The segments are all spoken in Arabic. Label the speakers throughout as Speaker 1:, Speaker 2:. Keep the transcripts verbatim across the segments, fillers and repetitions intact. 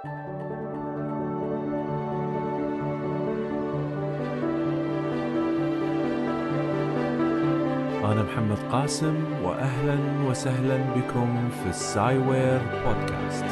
Speaker 1: أنا محمد قاسم وأهلا وسهلا بكم في السايوير بودكاست.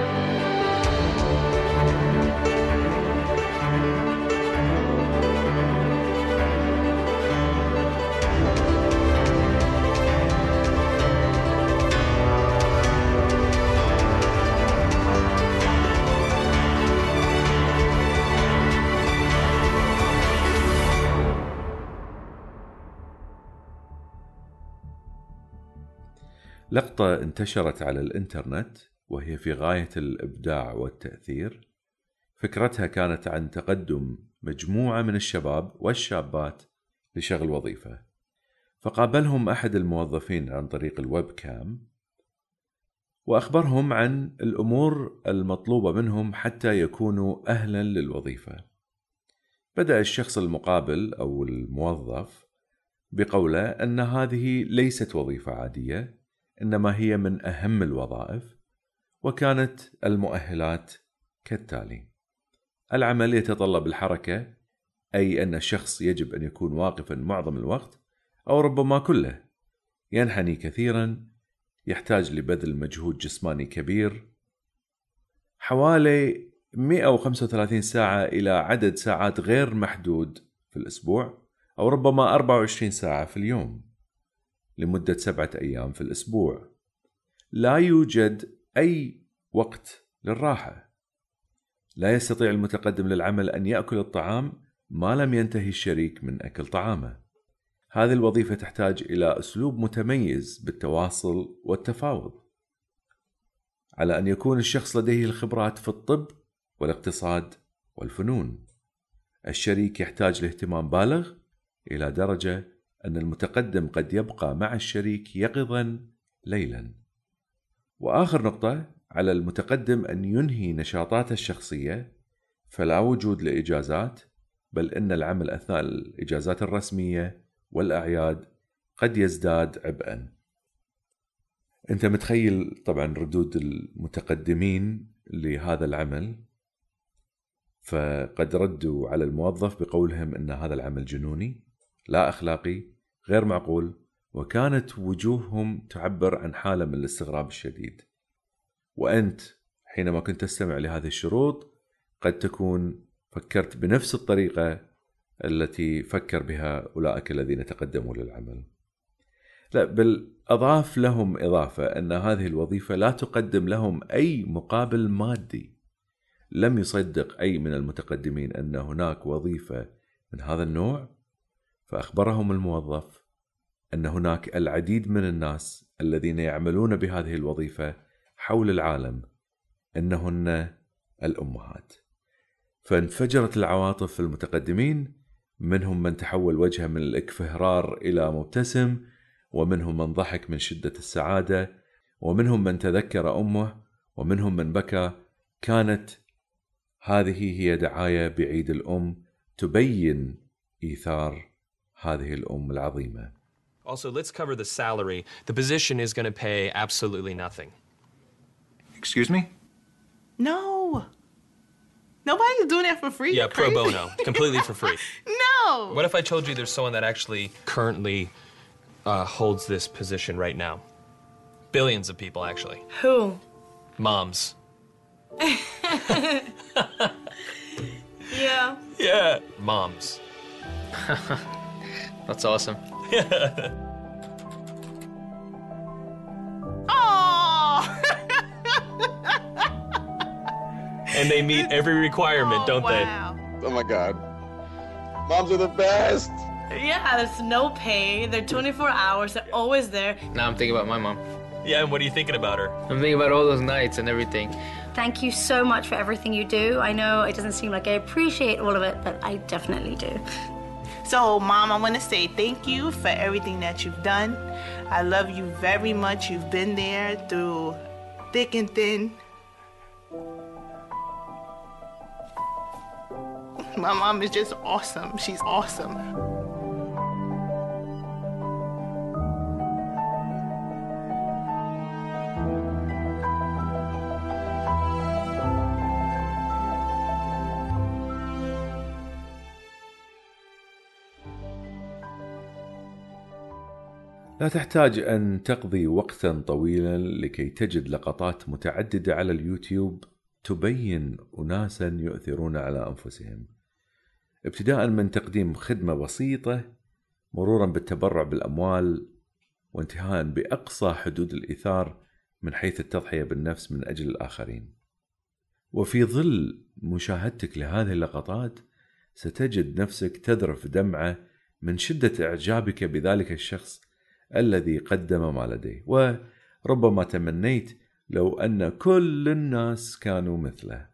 Speaker 1: لقطة انتشرت على الإنترنت وهي في غاية الإبداع والتأثير. فكرتها كانت عن تقدم مجموعة من الشباب والشابات لشغل وظيفة، فقابلهم أحد الموظفين عن طريق الويب كام وأخبرهم عن الأمور المطلوبة منهم حتى يكونوا أهلا للوظيفة. بدأ الشخص المقابل أو الموظف بقوله أن هذه ليست وظيفة عادية، إنما هي من أهم الوظائف، وكانت المؤهلات كالتالي: العمل يتطلب الحركة، أي أن الشخص يجب أن يكون واقفا معظم الوقت أو ربما كله، ينحني كثيرا، يحتاج لبذل مجهود جسماني كبير، حوالي مئة وخمسة وثلاثين ساعة إلى عدد ساعات غير محدود في الأسبوع، أو ربما أربعة وعشرين ساعة في اليوم لمدة سبعة أيام في الأسبوع. لا يوجد أي وقت للراحة. لا يستطيع المتقدم للعمل أن يأكل الطعام ما لم ينتهي الشريك من أكل طعامه. هذه الوظيفة تحتاج إلى أسلوب متميز بالتواصل والتفاوض، على أن يكون الشخص لديه الخبرات في الطب والاقتصاد والفنون. الشريك يحتاج لاهتمام بالغ إلى درجة أن المتقدم قد يبقى مع الشريك يقظا ليلا. وآخر نقطة، على المتقدم أن ينهي نشاطاته الشخصية، فلا وجود لإجازات، بل إن العمل أثناء الإجازات الرسمية والأعياد قد يزداد عبئا. أنت متخيل طبعا ردود المتقدمين لهذا العمل، فقد ردوا على الموظف بقولهم أن هذا العمل جنوني، لا أخلاقي، غير معقول، وكانت وجوههم تعبر عن حالة من الاستغراب الشديد. وأنت حينما كنت تستمع لهذه الشروط قد تكون فكرت بنفس الطريقة التي فكر بها أولئك الذين تقدموا للعمل. لا، بل أضاف لهم إضافة أن هذه الوظيفة لا تقدم لهم أي مقابل مادي. لم يصدق أي من المتقدمين أن هناك وظيفة من هذا النوع، فأخبرهم الموظف أن هناك العديد من الناس الذين يعملون بهذه الوظيفة حول العالم، إنهن الأمهات. فانفجرت العواطف في المتقدمين، منهم من تحول وجهه من الاكفهرار إلى مبتسم، ومنهم من ضحك من شدة السعادة، ومنهم من تذكر أمه، ومنهم من بكى. كانت هذه هي دعاية بعيد الأم تبين إيثار هذه الأم العظيمة.
Speaker 2: Also, let's cover the salary. The position is going to pay absolutely nothing.
Speaker 3: Excuse me?
Speaker 4: No. Nobody's doing that for free.
Speaker 2: Yeah, pro bono. Completely for free.
Speaker 4: No.
Speaker 2: What if I told you there's someone that actually currently uh, holds this position right now? Billions of people, actually.
Speaker 4: Who?
Speaker 2: Moms.
Speaker 4: Yeah.
Speaker 2: Yeah. Moms.
Speaker 5: That's awesome.
Speaker 4: Oh.
Speaker 2: And they meet every requirement,
Speaker 4: oh,
Speaker 2: don't
Speaker 4: wow.
Speaker 2: they?
Speaker 3: Oh my God. Moms are the best.
Speaker 4: Yeah, there's no pay. They're twenty-four hours. They're always there.
Speaker 5: Now I'm thinking about my mom.
Speaker 2: Yeah, and what are you thinking about her?
Speaker 5: I'm thinking about all those nights and everything.
Speaker 6: Thank you so much for everything you do. I know it doesn't seem like I appreciate all of it, but I definitely do.
Speaker 4: So, Mom, I want to say thank you for everything that you've done. I love you very much. You've been there through thick and thin. My mom is just awesome. She's awesome.
Speaker 1: لا تحتاج أن تقضي وقتا طويلا لكي تجد لقطات متعددة على اليوتيوب تبين أناسا يؤثرون على أنفسهم، ابتداء من تقديم خدمة بسيطة مرورا بالتبرع بالأموال وانتهاء بأقصى حدود الإيثار من حيث التضحية بالنفس من أجل الآخرين. وفي ظل مشاهدتك لهذه اللقطات ستجد نفسك تذرف دمعة من شدة إعجابك بذلك الشخص الذي قدم ما لديه، وربما تمنيت لو أن كل الناس كانوا مثله.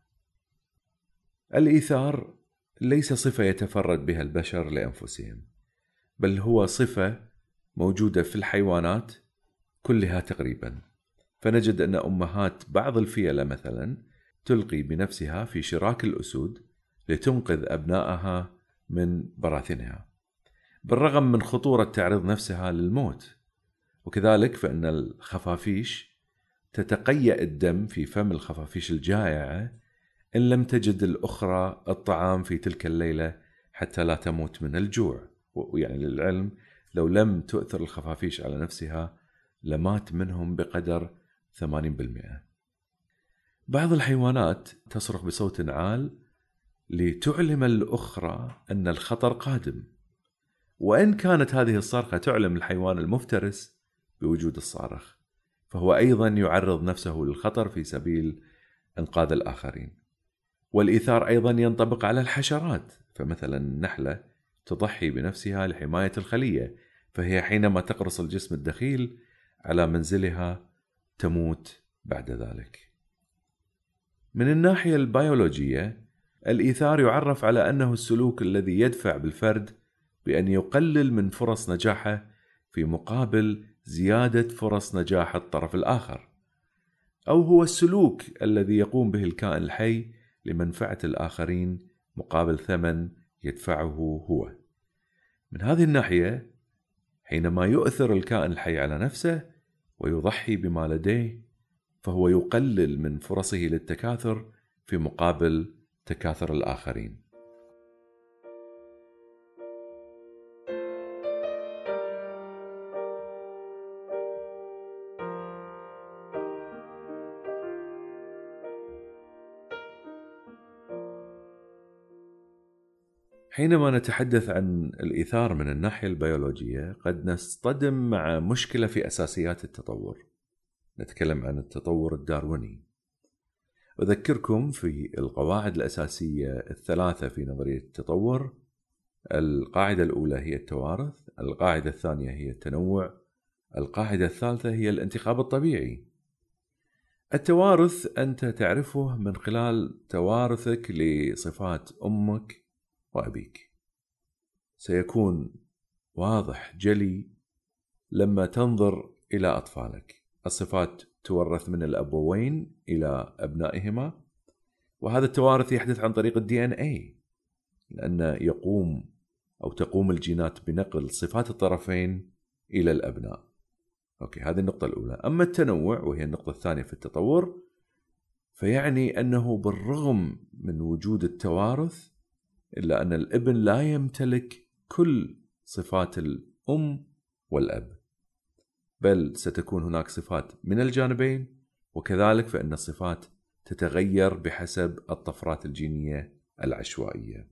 Speaker 1: الإيثار ليس صفة يتفرد بها البشر لأنفسهم، بل هو صفة موجودة في الحيوانات كلها تقريبا. فنجد أن أمهات بعض الفيلة مثلا تلقي بنفسها في شراك الأسود لتنقذ أبنائها من براثنها، بالرغم من خطورة تعرض نفسها للموت. وكذلك فإن الخفافيش تتقيأ الدم في فم الخفافيش الجائعة إن لم تجد الأخرى الطعام في تلك الليلة حتى لا تموت من الجوع. ويعني للعلم لو لم تؤثر الخفافيش على نفسها لمات منهم بقدر ثمانين بالمئة. بعض الحيوانات تصرخ بصوت عال لتعلم الأخرى أن الخطر قادم، وإن كانت هذه الصرخة تعلم الحيوان المفترس بوجود الصارخ، فهو أيضا يعرض نفسه للخطر في سبيل إنقاذ الآخرين. والإيثار أيضا ينطبق على الحشرات، فمثلا النحلة تضحي بنفسها لحماية الخلية، فهي حينما تقرص الجسم الدخيل على منزلها تموت بعد ذلك. من الناحية البيولوجية، الإيثار يعرف على أنه السلوك الذي يدفع بالفرد بأن يقلل من فرص نجاحه في مقابل زيادة فرص نجاح الطرف الآخر، أو هو السلوك الذي يقوم به الكائن الحي لمنفعة الآخرين مقابل ثمن يدفعه هو. من هذه الناحية، حينما يؤثر الكائن الحي على نفسه ويضحي بما لديه، فهو يقلل من فرصه للتكاثر في مقابل تكاثر الآخرين. حينما نتحدث عن الإيثار من الناحية البيولوجية قد نصطدم مع مشكلة في أساسيات التطور. نتكلم عن التطور الدارويني. أذكركم في القواعد الأساسية الثلاثة في نظرية التطور. القاعدة الأولى هي التوارث، القاعدة الثانية هي التنوع، القاعدة الثالثة هي الانتخاب الطبيعي. التوارث أنت تعرفه من خلال توارثك لصفات أمك وأبيك. سيكون واضح جلي لما تنظر إلى أطفالك. الصفات تورث من الأبوين إلى أبنائهما، وهذا التوارث يحدث عن طريق الدي إن إيه، لأن يقوم أو تقوم الجينات بنقل صفات الطرفين إلى الأبناء. أوكي، هذه النقطة الأولى. أما التنوع وهي النقطة الثانية في التطور، فيعني أنه بالرغم من وجود التوارث إلا أن الابن لا يمتلك كل صفات الأم والأب، بل ستكون هناك صفات من الجانبين، وكذلك فإن الصفات تتغير بحسب الطفرات الجينية العشوائية.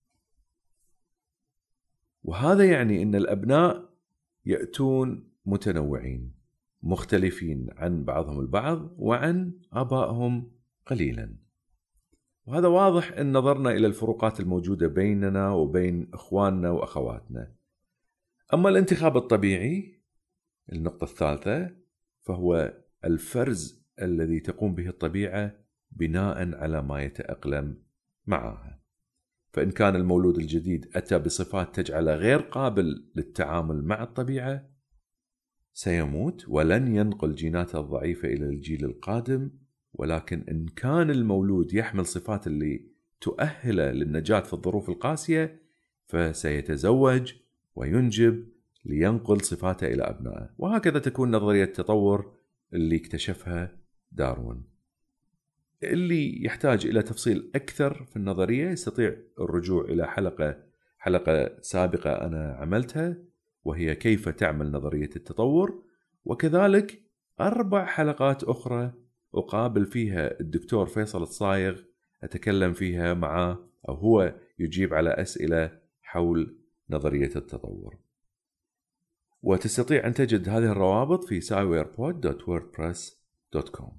Speaker 1: وهذا يعني أن الأبناء يأتون متنوعين مختلفين عن بعضهم البعض وعن آبائهم قليلا. وهذا واضح إن نظرنا إلى الفروقات الموجودة بيننا وبين إخواننا وأخواتنا. أما الانتخاب الطبيعي، النقطة الثالثة، فهو الفرز الذي تقوم به الطبيعة بناء على ما يتأقلم معها. فإن كان المولود الجديد أتى بصفات تجعله غير قابل للتعامل مع الطبيعة، سيموت ولن ينقل جيناته الضعيفة إلى الجيل القادم. ولكن إن كان المولود يحمل صفات اللي تؤهله للنجاة في الظروف القاسية، فسيتزوج وينجب لينقل صفاته إلى أبنائه. وهكذا تكون نظرية التطور اللي اكتشفها داروين. اللي يحتاج إلى تفصيل أكثر في النظرية يستطيع الرجوع إلى حلقة حلقة سابقة أنا عملتها وهي كيف تعمل نظرية التطور، وكذلك أربع حلقات أخرى أقابل فيها الدكتور فيصل الصايغ أتكلم فيها معه أو هو يجيب على أسئلة حول نظرية التطور. وتستطيع أن تجد هذه الروابط في سايويربود دوت ووردبريس دوت كوم.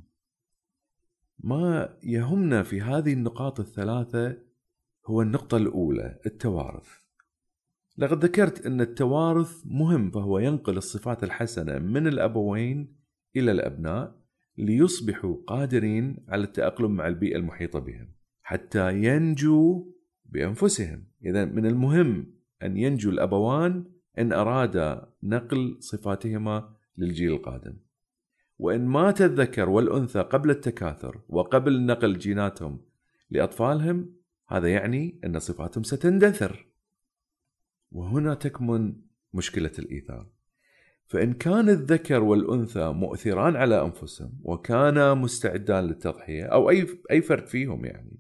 Speaker 1: ما يهمنا في هذه النقاط الثلاثة هو النقطة الأولى، التوارث. لقد ذكرت أن التوارث مهم، فهو ينقل الصفات الحسنة من الأبوين إلى الأبناء ليصبحوا قادرين على التأقلم مع البيئة المحيطة بهم حتى ينجوا بأنفسهم. إذن من المهم أن ينجو الأبوان إن أرادا نقل صفاتهما للجيل القادم. وإن مات الذكر والأنثى قبل التكاثر وقبل نقل جيناتهم لأطفالهم، هذا يعني أن صفاتهم ستندثر، وهنا تكمن مشكلة الإيثار. فإن كان الذكر والأنثى مؤثران على أنفسهم وكانا مستعدان للتضحية أو أي أي فرد فيهم يعني،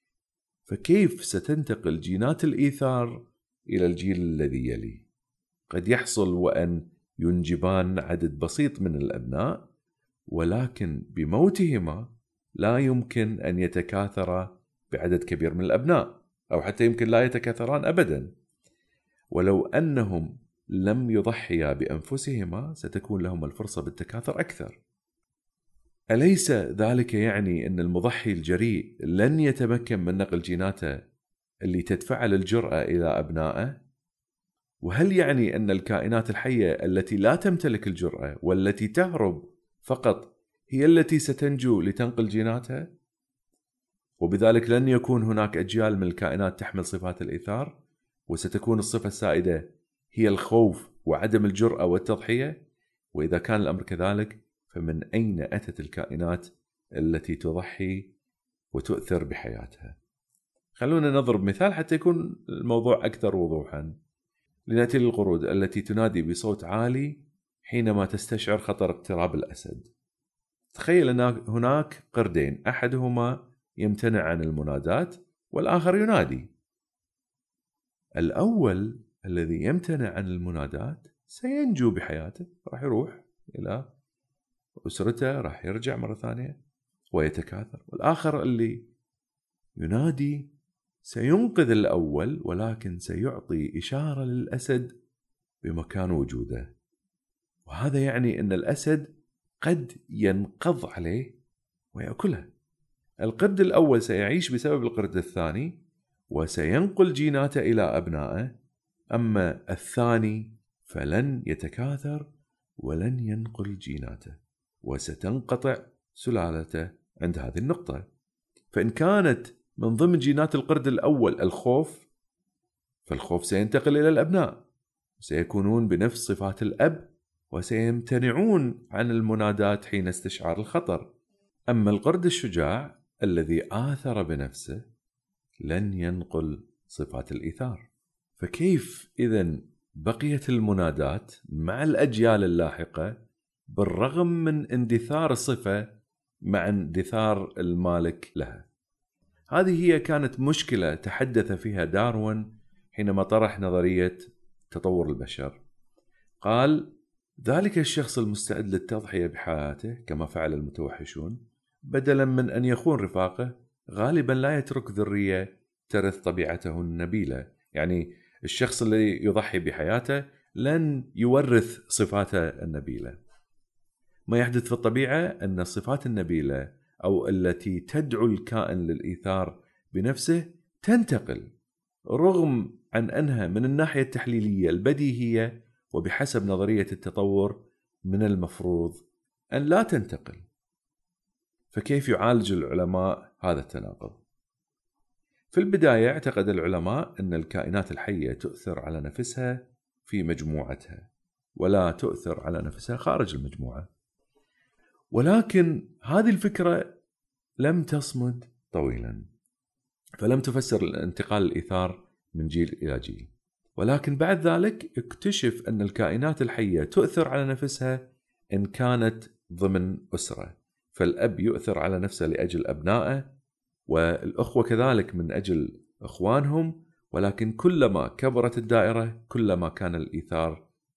Speaker 1: فكيف ستنتقل جينات الإيثار إلى الجيل الذي يليه؟ قد يحصل وأن ينجبان عدد بسيط من الأبناء، ولكن بموتهما لا يمكن أن يتكاثرا بعدد كبير من الأبناء، أو حتى يمكن لا يتكاثران أبدا. ولو أنهم لم يضحيا بأنفسهما ستكون لهم الفرصة بالتكاثر أكثر. أليس ذلك يعني أن المضحي الجريء لن يتمكن من نقل جيناته اللي تدفع للجرأة إلى أبنائه؟ وهل يعني أن الكائنات الحية التي لا تمتلك الجرأة والتي تهرب فقط هي التي ستنجو لتنقل جيناتها؟ وبذلك لن يكون هناك أجيال من الكائنات تحمل صفات الإيثار، وستكون الصفة السائدة هي الخوف وعدم الجرأة والتضحية. وإذا كان الأمر كذلك، فمن أين أتت الكائنات التي تضحي وتؤثر بحياتها؟ خلونا نضرب مثال حتى يكون الموضوع أكثر وضوحا. لنأتي للقرود التي تنادي بصوت عالي حينما تستشعر خطر اقتراب الأسد. تخيل أن هناك قردين، أحدهما يمتنع عن المنادات والآخر ينادي. الأول الذي يمتنع عن المنادات سينجو بحياته، راح يروح إلى أسرته، راح يرجع مرة ثانية ويتكاثر. والآخر اللي ينادي سينقذ الأول، ولكن سيعطي إشارة للأسد بمكان وجوده، وهذا يعني أن الأسد قد ينقض عليه ويأكله. القرد الأول سيعيش بسبب القرد الثاني وسينقل جيناته إلى أبنائه، أما الثاني فلن يتكاثر ولن ينقل جيناته، وستنقطع سلالته عند هذه النقطة. فإن كانت من ضمن جينات القرد الأول الخوف، فالخوف سينتقل إلى الأبناء، سيكونون بنفس صفات الأب وسيمتنعون عن المنادات حين استشعار الخطر. أما القرد الشجاع الذي آثر بنفسه لن ينقل صفات الإيثار. فكيف إذن بقيت المنادات مع الأجيال اللاحقة بالرغم من اندثار الصفة مع اندثار المالك لها؟ هذه هي كانت مشكلة تحدث فيها داروين حينما طرح نظرية تطور البشر. قال: ذلك الشخص المستعد للتضحية بحياته كما فعل المتوحشون، بدلا من أن يخون رفاقه، غالبا لا يترك ذرية ترث طبيعته النبيلة. يعني الشخص اللي يضحي بحياته لن يورث صفاته النبيلة. ما يحدث في الطبيعة أن الصفات النبيلة أو التي تدعو الكائن للإيثار بنفسه تنتقل، رغم عن أنها من الناحية التحليلية البديهية وبحسب نظرية التطور من المفروض أن لا تنتقل. فكيف يعالج العلماء هذا التناقض؟ في البداية اعتقد العلماء أن الكائنات الحية تؤثر على نفسها في مجموعتها ولا تؤثر على نفسها خارج المجموعة، ولكن هذه الفكرة لم تصمد طويلا، فلم تفسر الانتقال الإيثار من جيل إلى جيل. ولكن بعد ذلك اكتشف أن الكائنات الحية تؤثر على نفسها إن كانت ضمن أسرة، فالأب يؤثر على نفسه لأجل أبنائه، والأخوة كذلك من أجل أخوانهم. ولكن كلما كبرت الدائرة كلما كان الإيثار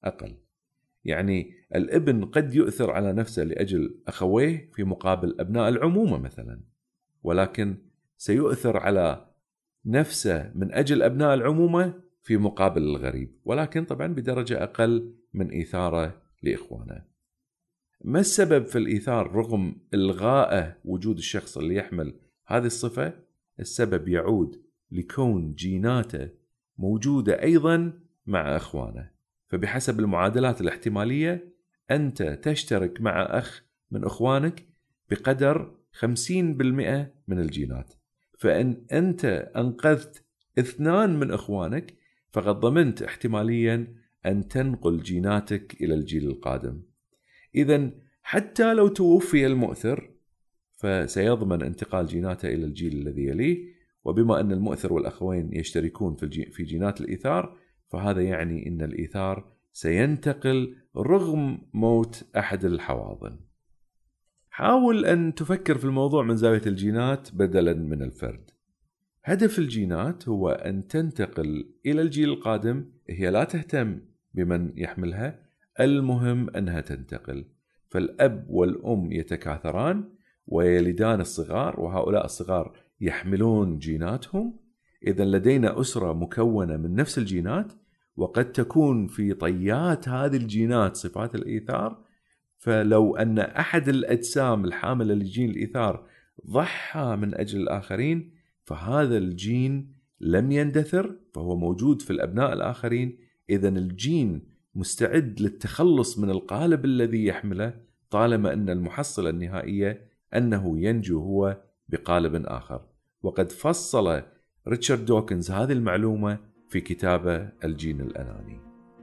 Speaker 1: أقل. يعني الابن قد يؤثر على نفسه لأجل أخويه في مقابل أبناء العمومة مثلا، ولكن سيؤثر على نفسه من أجل أبناء العمومة في مقابل الغريب، ولكن طبعا بدرجة أقل من إيثاره لإخوانه. ما السبب في الإيثار رغم إلغاءه وجود الشخص اللي يحمل هذه الصفة؟ السبب يعود لكون جيناته موجودة أيضا مع أخوانه. فبحسب المعادلات الاحتمالية أنت تشترك مع أخ من أخوانك بقدر خمسين بالمئة من الجينات، فإن أنت أنقذت اثنان من أخوانك فقد ضمنت احتماليا أن تنقل جيناتك إلى الجيل القادم. إذن حتى لو توفي المؤثر فسيضمن انتقال جيناته إلى الجيل الذي يليه، وبما أن المؤثر والأخوين يشتركون في جينات الإيثار فهذا يعني أن الإيثار سينتقل رغم موت أحد الحواضن. حاول أن تفكر في الموضوع من زاوية الجينات بدلا من الفرد. هدف الجينات هو أن تنتقل إلى الجيل القادم، هي لا تهتم بمن يحملها، المهم أنها تنتقل. فالأب والأم يتكاثران ويلدان الصغار، وهؤلاء الصغار يحملون جيناتهم. إذن لدينا أسرة مكونة من نفس الجينات، وقد تكون في طيات هذه الجينات صفات الإيثار. فلو أن أحد الأجسام الحاملة لجين الإيثار ضحى من أجل الآخرين فهذا الجين لم يندثر، فهو موجود في الأبناء الآخرين. إذن الجين مستعد للتخلص من القالب الذي يحمله طالما أن المحصلة النهائية أنه ينجو هو بقالب آخر. وقد فصل ريتشارد دوكنز هذه المعلومة في كتابه الجين الأناني.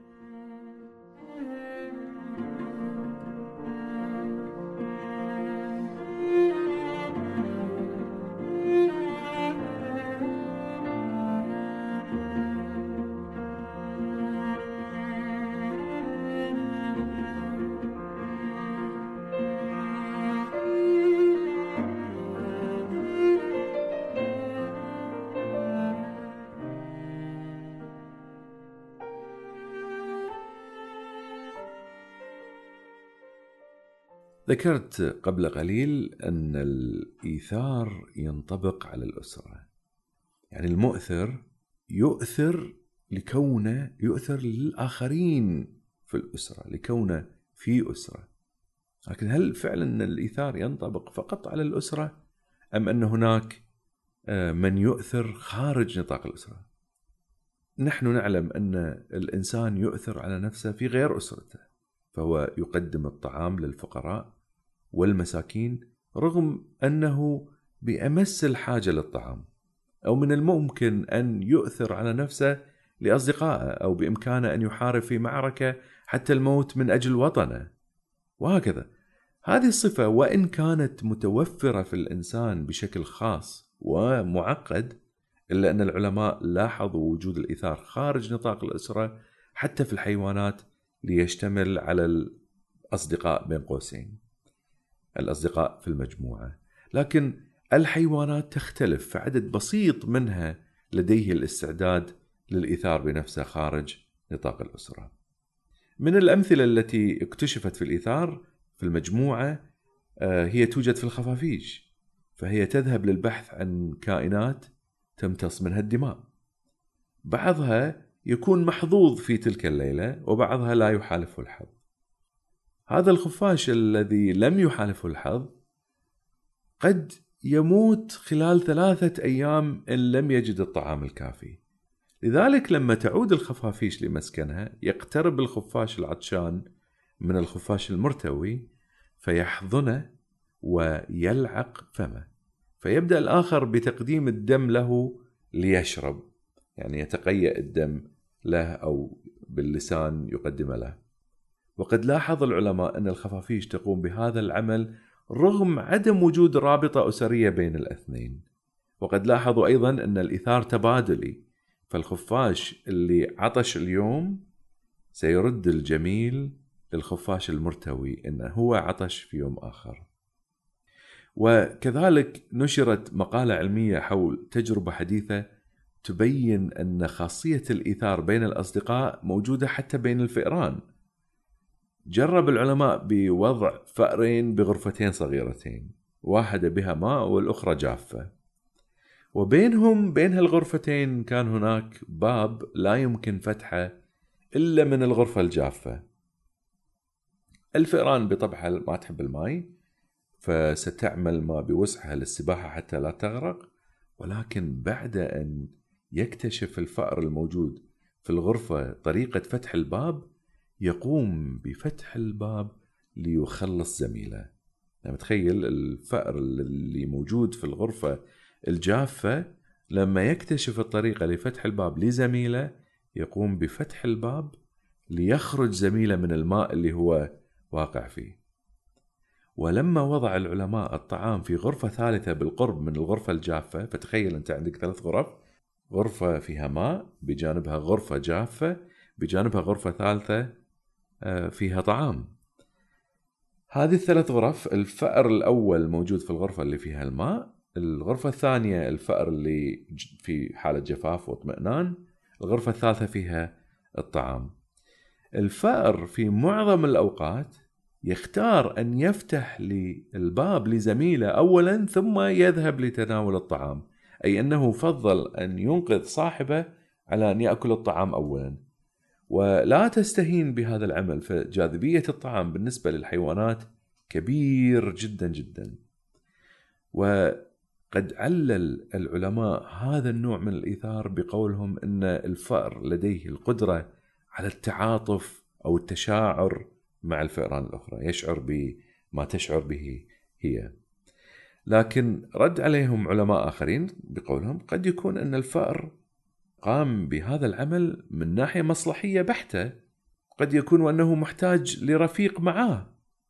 Speaker 1: ذكرت قبل قليل أن الإيثار ينطبق على الأسرة، يعني المؤثر يؤثر لكونه يؤثر للآخرين في الأسرة، لكونه في أسرة. لكن هل فعلا الإيثار ينطبق فقط على الأسرة أم أن هناك من يؤثر خارج نطاق الأسرة؟ نحن نعلم أن الإنسان يؤثر على نفسه في غير أسرته، فهو يقدم الطعام للفقراء والمساكين رغم أنه بأمس الحاجة للطعام، أو من الممكن أن يؤثر على نفسه لأصدقائه، أو بإمكانه أن يحارب في معركة حتى الموت من أجل وطنه، وهكذا. هذه الصفة وإن كانت متوفرة في الإنسان بشكل خاص ومعقد، إلا أن العلماء لاحظوا وجود الإيثار خارج نطاق الأسرة حتى في الحيوانات، ليشتمل على الأصدقاء بين قوسين، الأصدقاء في المجموعة. لكن الحيوانات تختلف، فعدد بسيط منها لديه الاستعداد للإيثار بنفسه خارج نطاق الأسرة. من الأمثلة التي اكتشفت في الإيثار في المجموعة هي توجد في الخفافيش، فهي تذهب للبحث عن كائنات تمتص منها الدماء. بعضها يكون محظوظ في تلك الليلة وبعضها لا يحالفه الحظ. هذا الخفاش الذي لم يحالفه الحظ قد يموت خلال ثلاثة أيام إن لم يجد الطعام الكافي. لذلك لما تعود الخفافيش لمسكنها يقترب الخفاش العطشان من الخفاش المرتوي فيحضنه ويلعق فمه، فيبدأ الآخر بتقديم الدم له ليشرب، يعني يتقيأ الدم له أو باللسان يقدم له. وقد لاحظ العلماء أن الخفافيش تقوم بهذا العمل رغم عدم وجود رابطة أسرية بين الاثنين. وقد لاحظوا أيضا أن الإيثار تبادلي، فالخفاش اللي عطش اليوم سيرد الجميل للخفاش المرتوي إنه هو عطش في يوم آخر. وكذلك نشرت مقالة علمية حول تجربة حديثة تبين أن خاصية الإيثار بين الأصدقاء موجودة حتى بين الفئران. جرب العلماء بوضع فأرين بغرفتين صغيرتين، واحدة بها ماء والأخرى جافة، وبينهم بين هالغرفتين كان هناك باب لا يمكن فتحه إلا من الغرفة الجافة. الفئران بطبعها ما تحب الماء، فستعمل ما بوسعها للسباحة حتى لا تغرق، ولكن بعد أن يكتشف الفأر الموجود في الغرفة طريقة فتح الباب يقوم بفتح الباب ليخلص زميله. يعني تخيل الفأر اللي موجود في الغرفة الجافة لما يكتشف الطريقة لفتح الباب لزميله يقوم بفتح الباب ليخرج زميله من الماء اللي هو واقع فيه. ولما وضع العلماء الطعام في غرفة ثالثة بالقرب من الغرفة الجافة، فتخيل أنت عندك ثلاث غرف، غرفة فيها ماء، بجانبها غرفة جافة، بجانبها غرفة ثالثة فيها طعام. هذه الثلاث غرف، الفأر الأول موجود في الغرفة اللي فيها الماء، الغرفة الثانية الفأر اللي في حالة جفاف واطمئنان، الغرفة الثالثة فيها الطعام. الفأر في معظم الأوقات يختار أن يفتح الباب لزميله أولا ثم يذهب لتناول الطعام، أي أنه فضل أن ينقذ صاحبه على أن يأكل الطعام أولا. ولا تستهين بهذا العمل، فجاذبية الطعام بالنسبة للحيوانات كبير جدا جدا. وقد علل العلماء هذا النوع من الإيثار بقولهم أن الفأر لديه القدرة على التعاطف أو التشاعر مع الفئران الأخرى، يشعر بما تشعر به هي. لكن رد عليهم علماء آخرين بقولهم قد يكون أن الفأر قام بهذا العمل من ناحية مصلحية بحتة، قد يكون أنه محتاج لرفيق معاه.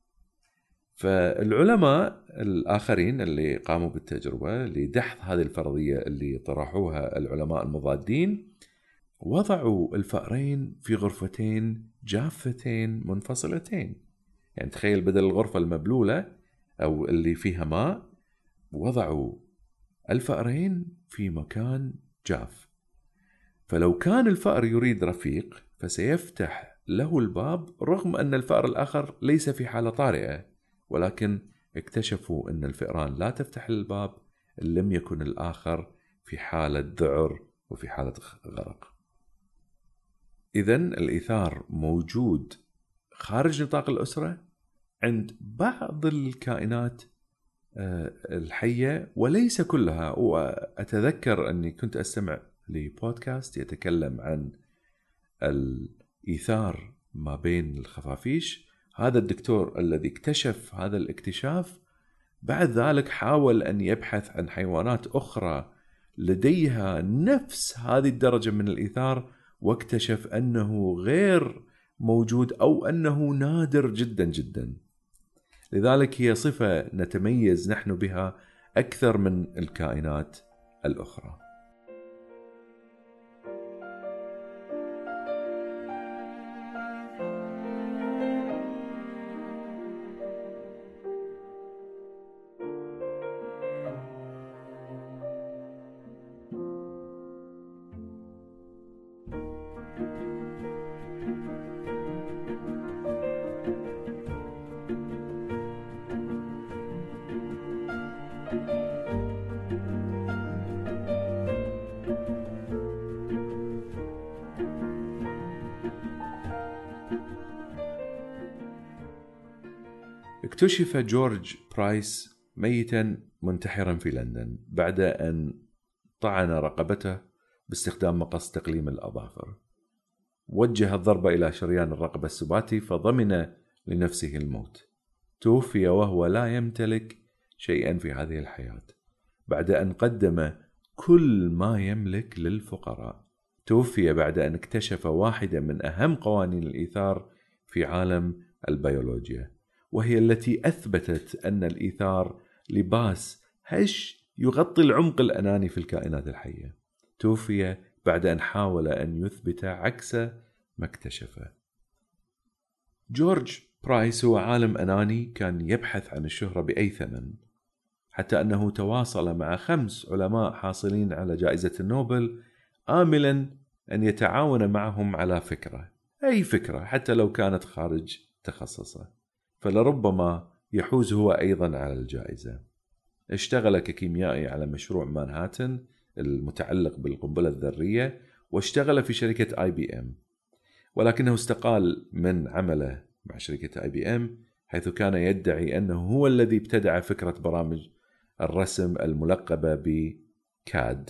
Speaker 1: فالعلماء الآخرين اللي قاموا بالتجربة لدحض هذه الفرضية اللي طرحوها العلماء المضادين وضعوا الفأرين في غرفتين جافتين منفصلتين. يعني تخيل بدل الغرفة المبلولة أو اللي فيها ماء وضعوا الفأرين في مكان جاف، فلو كان الفأر يريد رفيق فسيفتح له الباب رغم أن الفأر الآخر ليس في حالة طارئة، ولكن اكتشفوا أن الفئران لا تفتح الباب إن لم يكن الآخر في حالة ذعر وفي حالة غرق. إذن الإيثار موجود خارج نطاق الأسرة عند بعض الكائنات الحية وليس كلها. وأتذكر أني كنت أستمع لبودكاست يتكلم عن الإيثار ما بين الخفافيش. هذا الدكتور الذي اكتشف هذا الاكتشاف بعد ذلك حاول أن يبحث عن حيوانات أخرى لديها نفس هذه الدرجة من الإيثار، واكتشف أنه غير موجود أو أنه نادر جدا جدا. لذلك هي صفة نتميز نحن بها أكثر من الكائنات الأخرى. اكتشف جورج برايس ميتا منتحرا في لندن بعد أن طعن رقبته باستخدام مقص تقليم الأظافر. وجه الضربة إلى شريان الرقبة السباتي فضمن لنفسه الموت. توفي وهو لا يمتلك شيئا في هذه الحياة بعد أن قدم كل ما يملك للفقراء. توفي بعد أن اكتشف واحدة من أهم قوانين الإيثار في عالم البيولوجيا، وهي التي أثبتت أن الإيثار لباس هش يغطي العمق الأناني في الكائنات الحية. توفي بعد أن حاول أن يثبت عكس ما اكتشفه. جورج برايس هو عالم أناني كان يبحث عن الشهرة بأي ثمن، حتى أنه تواصل مع خمس علماء حاصلين على جائزة النوبل آملا أن يتعاون معهم على فكرة، أي فكرة حتى لو كانت خارج تخصصه، فلربما يحوز هو أيضا على الجائزة. اشتغل ككيميائي على مشروع مانهاتن المتعلق بالقنبلة الذرية، واشتغل في شركة آي بي إم، ولكنه استقال من عمله مع شركة آي بي إم حيث كان يدعي أنه هو الذي ابتدع فكرة برامج الرسم الملقبة بكاد.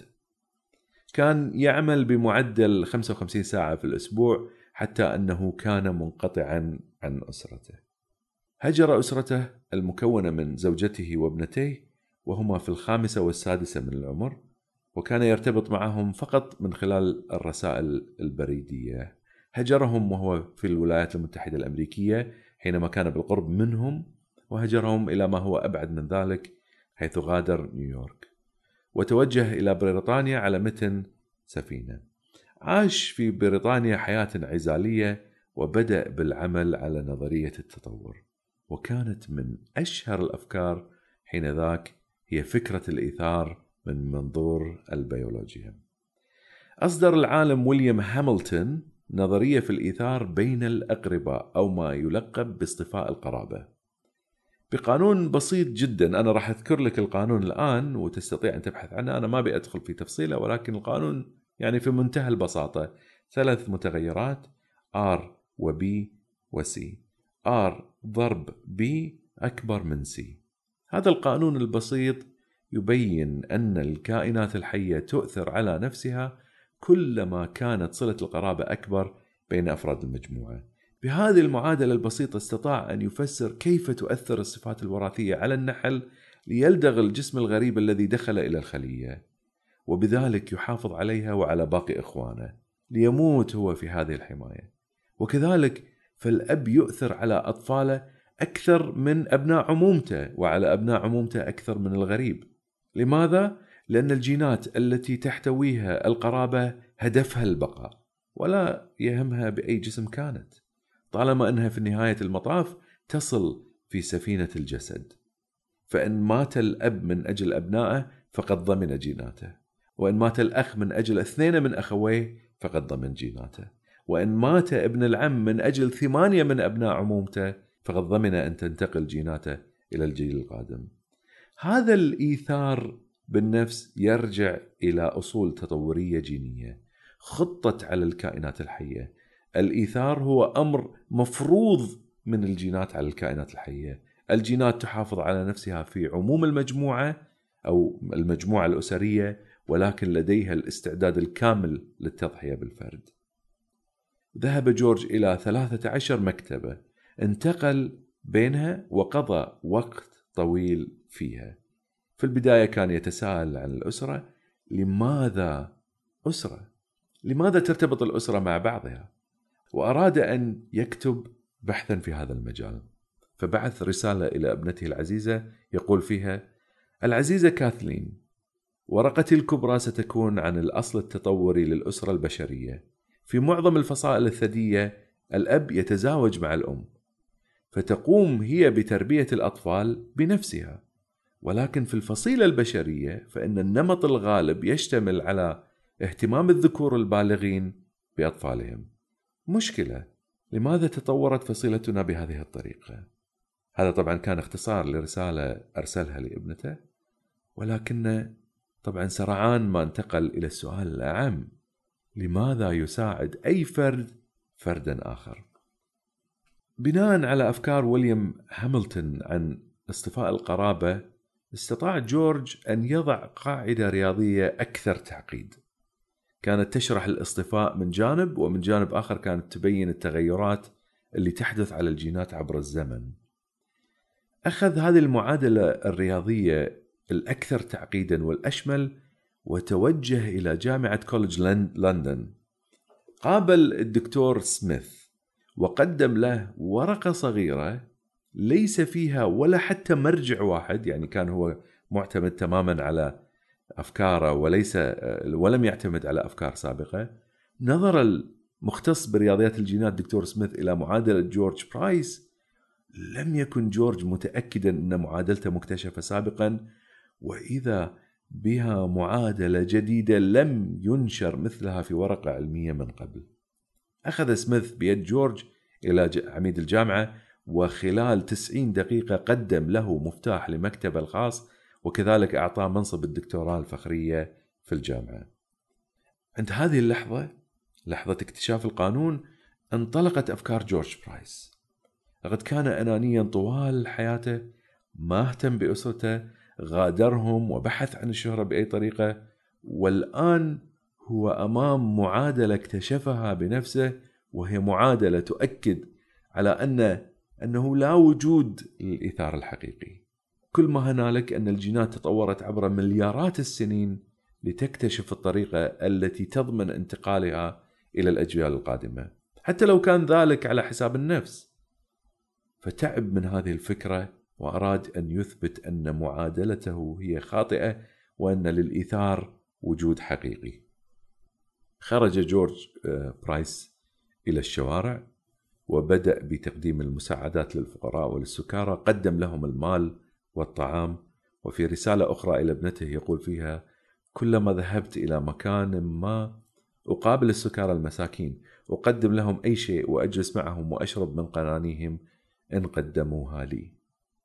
Speaker 1: كان يعمل بمعدل خمسة وخمسين ساعة في الأسبوع حتى أنه كان منقطعا عن أسرته. هجر أسرته المكونة من زوجته وابنتيه وهما في الخامسة والسادسة من العمر، وكان يرتبط معهم فقط من خلال الرسائل البريدية. هجرهم وهو في الولايات المتحدة الأمريكية حينما كان بالقرب منهم، وهجرهم إلى ما هو أبعد من ذلك حيث غادر نيويورك وتوجه إلى بريطانيا على متن سفينة. عاش في بريطانيا حياة عزالية وبدأ بالعمل على نظرية التطور، وكانت من أشهر الأفكار حينذاك هي فكرة الإيثار من منظور البيولوجيا. أصدر العالم ويليام هاملتون نظرية في الإيثار بين الأقرباء أو ما يلقب باصطفاء القرابة بقانون بسيط جدا. أنا راح أذكر لك القانون الآن وتستطيع أن تبحث عنه، أنا ما بأدخل في تفصيله، ولكن القانون يعني في منتهى البساطة. ثلاث متغيرات R و B و C. R ضرب B أكبر من C. هذا القانون البسيط يبين أن الكائنات الحية تؤثر على نفسها كلما كانت صلة القرابة أكبر بين أفراد المجموعة. بهذه المعادلة البسيطة استطاع أن يفسر كيف تؤثر الصفات الوراثية على النحل ليلدغ الجسم الغريب الذي دخل إلى الخلية، وبذلك يحافظ عليها وعلى باقي إخوانه ليموت هو في هذه الحماية. وكذلك فالأب يؤثر على أطفاله أكثر من أبناء عمومته، وعلى أبناء عمومته أكثر من الغريب. لماذا؟ لأن الجينات التي تحتويها القرابة هدفها البقاء، ولا يهمها بأي جسم كانت، طالما أنها في نهاية المطاف تصل في سفينة الجسد. فإن مات الأب من أجل أبنائه فقد ضمن جيناته، وإن مات الأخ من أجل اثنين من أخويه فقد ضمن جيناته، وإن مات ابن العم من أجل ثمانية من أبناء عمومته فقد ضمن أن تنتقل جيناته إلى الجيل القادم. هذا الإيثار بالنفس يرجع إلى أصول تطورية جينية خطت على الكائنات الحية. الإيثار هو أمر مفروض من الجينات على الكائنات الحية. الجينات تحافظ على نفسها في عموم المجموعة أو المجموعة الأسرية، ولكن لديها الاستعداد الكامل للتضحية بالفرد. ذهب جورج إلى ثلاثة عشر مكتبة، انتقل بينها وقضى وقت طويل فيها. في البداية كان يتساءل عن الأسرة، لماذا أسرة؟ لماذا ترتبط الأسرة مع بعضها؟ وأراد أن يكتب بحثا في هذا المجال، فبعث رسالة إلى ابنته العزيزة يقول فيها: العزيزة كاثلين، ورقتي الكبرى ستكون عن الأصل التطوري للأسرة البشرية. في معظم الفصائل الثدية الأب يتزاوج مع الأم، فتقوم هي بتربية الأطفال بنفسها، ولكن في الفصيلة البشرية فإن النمط الغالب يشتمل على اهتمام الذكور البالغين بأطفالهم. مشكلة، لماذا تطورت فصيلتنا بهذه الطريقة؟ هذا طبعا كان اختصار لرسالة أرسلها لابنته، ولكن طبعا سرعان ما انتقل إلى السؤال الأعم: لماذا يساعد أي فرد فردا آخر؟ بناء على أفكار ويليام هاملتون عن اصطفاء القرابة، استطاع جورج أن يضع قاعدة رياضية أكثر تعقيد، كانت تشرح الاصطفاء من جانب، ومن جانب آخر كانت تبين التغيرات اللي تحدث على الجينات عبر الزمن. أخذ هذه المعادلة الرياضية الأكثر تعقيدا والأشمل وتوجه إلى جامعة كوليدج لندن. قابل الدكتور سميث وقدم له ورقة صغيرة ليس فيها ولا حتى مرجع واحد، يعني كان هو معتمد تماما على أفكاره وليس ولم يعتمد على أفكار سابقة. نظر المختص برياضيات الجينات دكتور سميث إلى معادلة جورج برايس، لم يكن جورج متأكدا أن معادلته مكتشفة سابقا، وإذا بها معادلة جديدة لم ينشر مثلها في ورقة علمية من قبل. أخذ سميث بيد جورج إلى عميد الجامعة، وخلال تسعين دقيقة قدم له مفتاح لمكتبه الخاص، وكذلك أعطاه منصب الدكتوراه الفخرية في الجامعة. عند هذه اللحظة، لحظة اكتشاف القانون، انطلقت أفكار جورج برايس. لقد كان أنانيا طوال حياته، ما اهتم بأسرته، غادرهم وبحث عن الشهرة بأي طريقة، والآن هو أمام معادلة اكتشفها بنفسه، وهي معادلة تؤكد على أن أنه لا وجود للإيثار الحقيقي. كل ما هنالك أن الجينات تطورت عبر مليارات السنين لتكتشف الطريقة التي تضمن انتقالها إلى الأجيال القادمة، حتى لو كان ذلك على حساب النفس. فتعب من هذه الفكرة وأراد أن يثبت أن معادلته هي خاطئة، وأن للإيثار وجود حقيقي. خرج جورج برايس إلى الشوارع وبدأ بتقديم المساعدات للفقراء وللسكارى، قدم لهم المال والطعام. وفي رسالة أخرى إلى ابنته يقول فيها: كلما ذهبت إلى مكان ما أقابل السكارى المساكين، أقدم لهم أي شيء وأجلس معهم وأشرب من قنانيهم إن قدموها لي.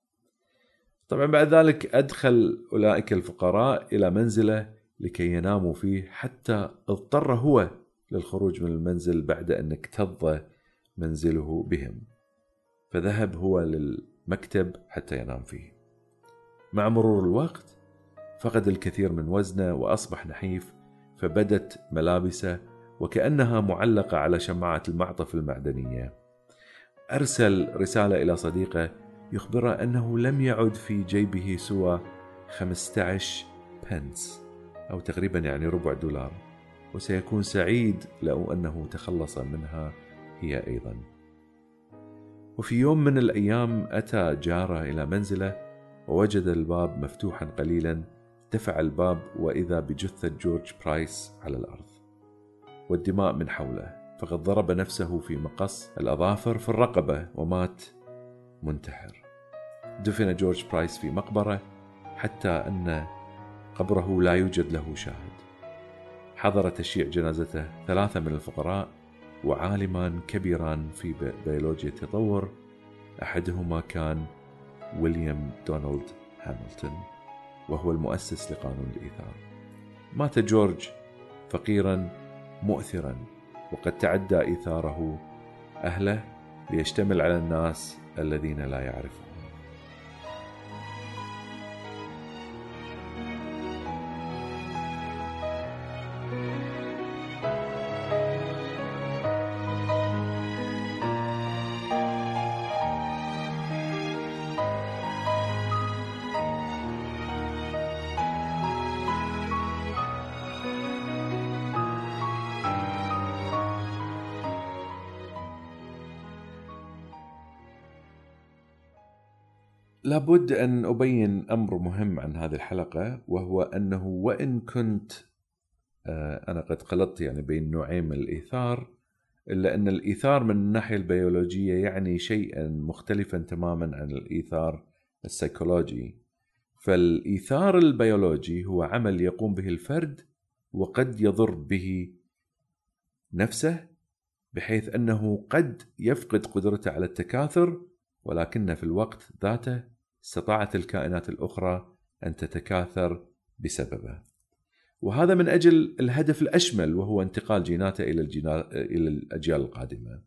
Speaker 1: طبعا بعد ذلك أدخل أولئك الفقراء إلى منزله لكي يناموا فيه، حتى اضطر هو للخروج من المنزل بعد أن اكتظ منزله بهم، فذهب هو للمكتب حتى ينام فيه. مع مرور الوقت فقد الكثير من وزنه وأصبح نحيف، فبدت ملابسه وكأنها معلقة على شماعة المعطف المعدنية. أرسل رسالة إلى صديقه يخبره أنه لم يعد في جيبه سوى خمسة عشر بنس، أو تقريبا يعني ربع دولار، وسيكون سعيد لو أنه تخلص منها هي أيضا. وفي يوم من الأيام أتى جاره إلى منزله ووجد الباب مفتوحا قليلا. دفع الباب وإذا بجثة جورج برايس على الأرض والدماء من حوله، فقد ضرب نفسه في مقص الأظافر في الرقبة ومات منتحر. دفن جورج برايس في مقبرة حتى أن قبره لا يوجد له شاهد. حضر تشييع جنازته ثلاثة من الفقراء وعالمان كبيران في بيولوجيا التطور، أحدهما كان ويليام دونالد هاملتون، وهو المؤسس لقانون الإيثار. مات جورج فقيرا مؤثرا، وقد تعدى إيثاره أهله ليشتمل على الناس الذين لا يعرفون. لابد أن أبين أمر مهم عن هذه الحلقة، وهو أنه وإن كنت أنا قد خلطت يعني بين نوعين من الإيثار، إلا أن الإيثار من الناحية البيولوجية يعني شيئا مختلفا تماما عن الإيثار السيكولوجي. فالإيثار البيولوجي هو عمل يقوم به الفرد وقد يضر به نفسه، بحيث أنه قد يفقد قدرته على التكاثر، ولكن في الوقت ذاته استطاعت الكائنات الأخرى أن تتكاثر بسببه. وهذا من أجل الهدف الأشمل، وهو انتقال جيناته إلى, إلى الأجيال القادمة.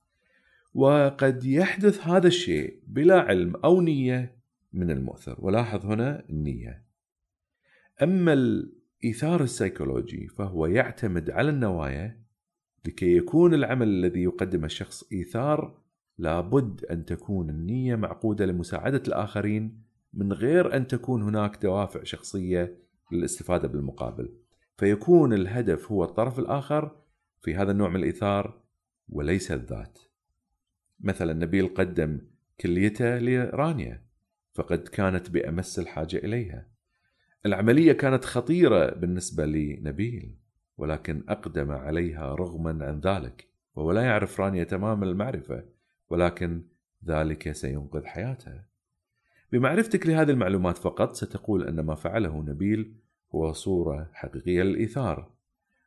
Speaker 1: وقد يحدث هذا الشيء بلا علم أو نية من المؤثر، ولاحظ هنا النية. أما الإيثار السيكولوجي فهو يعتمد على النوايا. لكي يكون العمل الذي يقدم الشخص إيثار، لابد أن تكون النية معقودة لمساعدة الآخرين من غير أن تكون هناك دوافع شخصية للاستفادة بالمقابل، فيكون الهدف هو الطرف الآخر في هذا النوع من الإيثار وليس الذات. مثلا نبيل قدم كليته لرانيا، فقد كانت بأمس الحاجة إليها. العملية كانت خطيرة بالنسبة لنبيل، ولكن أقدم عليها رغما عن ذلك، وهو لا يعرف رانيا تمام المعرفة، ولكن ذلك سينقذ حياتها. بمعرفتك لهذه المعلومات فقط ستقول أن ما فعله نبيل هو صورة حقيقية للإيثار،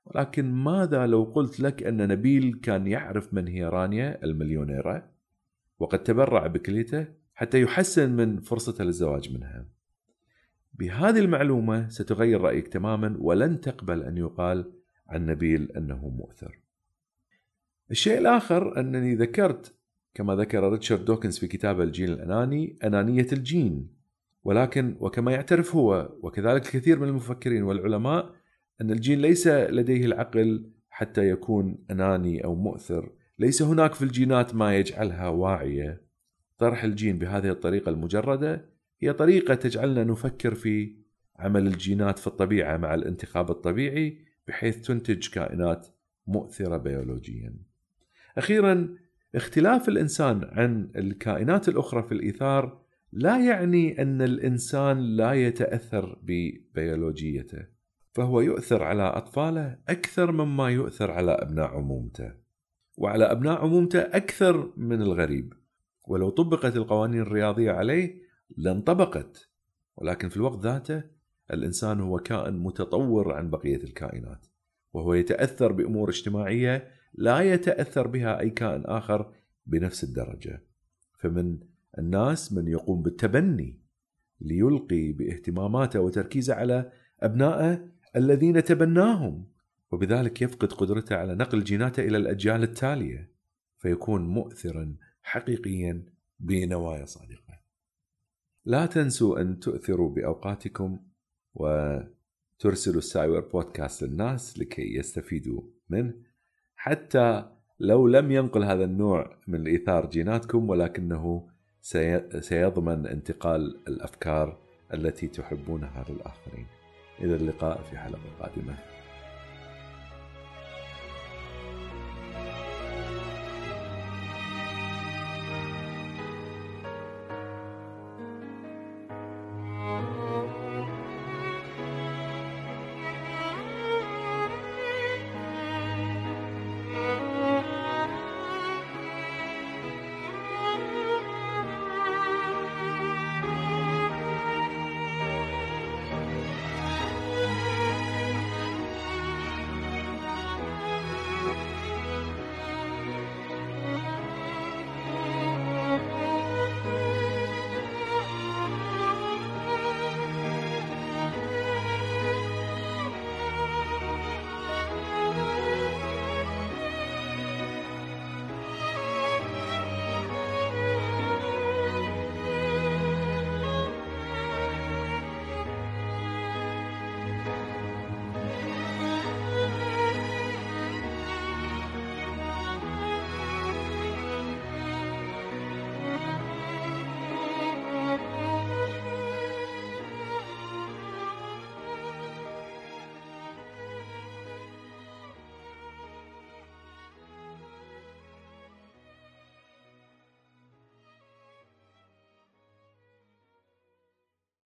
Speaker 1: ولكن ماذا لو قلت لك أن نبيل كان يعرف من هي رانيا المليونيرة وقد تبرع بكليته حتى يحسن من فرصته للزواج منها؟ بهذه المعلومة ستغير رأيك تماما ولن تقبل أن يقال عن نبيل أنه مؤثر. الشيء الآخر أنني ذكرت كما ذكر ريتشارد دوكنز في كتابه الجين الأناني أنانية الجين، ولكن وكما يعترف هو وكذلك الكثير من المفكرين والعلماء أن الجين ليس لديه العقل حتى يكون أناني أو مؤثر. ليس هناك في الجينات ما يجعلها واعية. طرح الجين بهذه الطريقة المجردة هي طريقة تجعلنا نفكر في عمل الجينات في الطبيعة مع الانتخاب الطبيعي بحيث تنتج كائنات مؤثرة بيولوجيا. أخيرا، اختلاف الإنسان عن الكائنات الأخرى في الإيثار لا يعني أن الإنسان لا يتأثر ببيولوجيته، فهو يؤثر على أطفاله أكثر مما يؤثر على أبناء عمومته، وعلى أبناء عمومته أكثر من الغريب. ولو طبقت القوانين الرياضية عليه لانطبقت، ولكن في الوقت ذاته الإنسان هو كائن متطور عن بقية الكائنات، وهو يتأثر بأمور اجتماعية لا يتأثر بها أي كائن آخر بنفس الدرجة. فمن الناس من يقوم بالتبني ليلقي باهتماماته وتركيزه على أبنائه الذين تبناهم، وبذلك يفقد قدرته على نقل جيناته إلى الأجيال التالية، فيكون مؤثرا حقيقيا بنوايا صادقة. لا تنسوا أن تؤثروا بأوقاتكم وترسلوا السايور بودكاست للناس لكي يستفيدوا منه، حتى لو لم ينقل هذا النوع من الإيثار جيناتكم، ولكنه سيضمن انتقال الأفكار التي تحبونها للآخرين. إلى اللقاء في حلقة قادمة.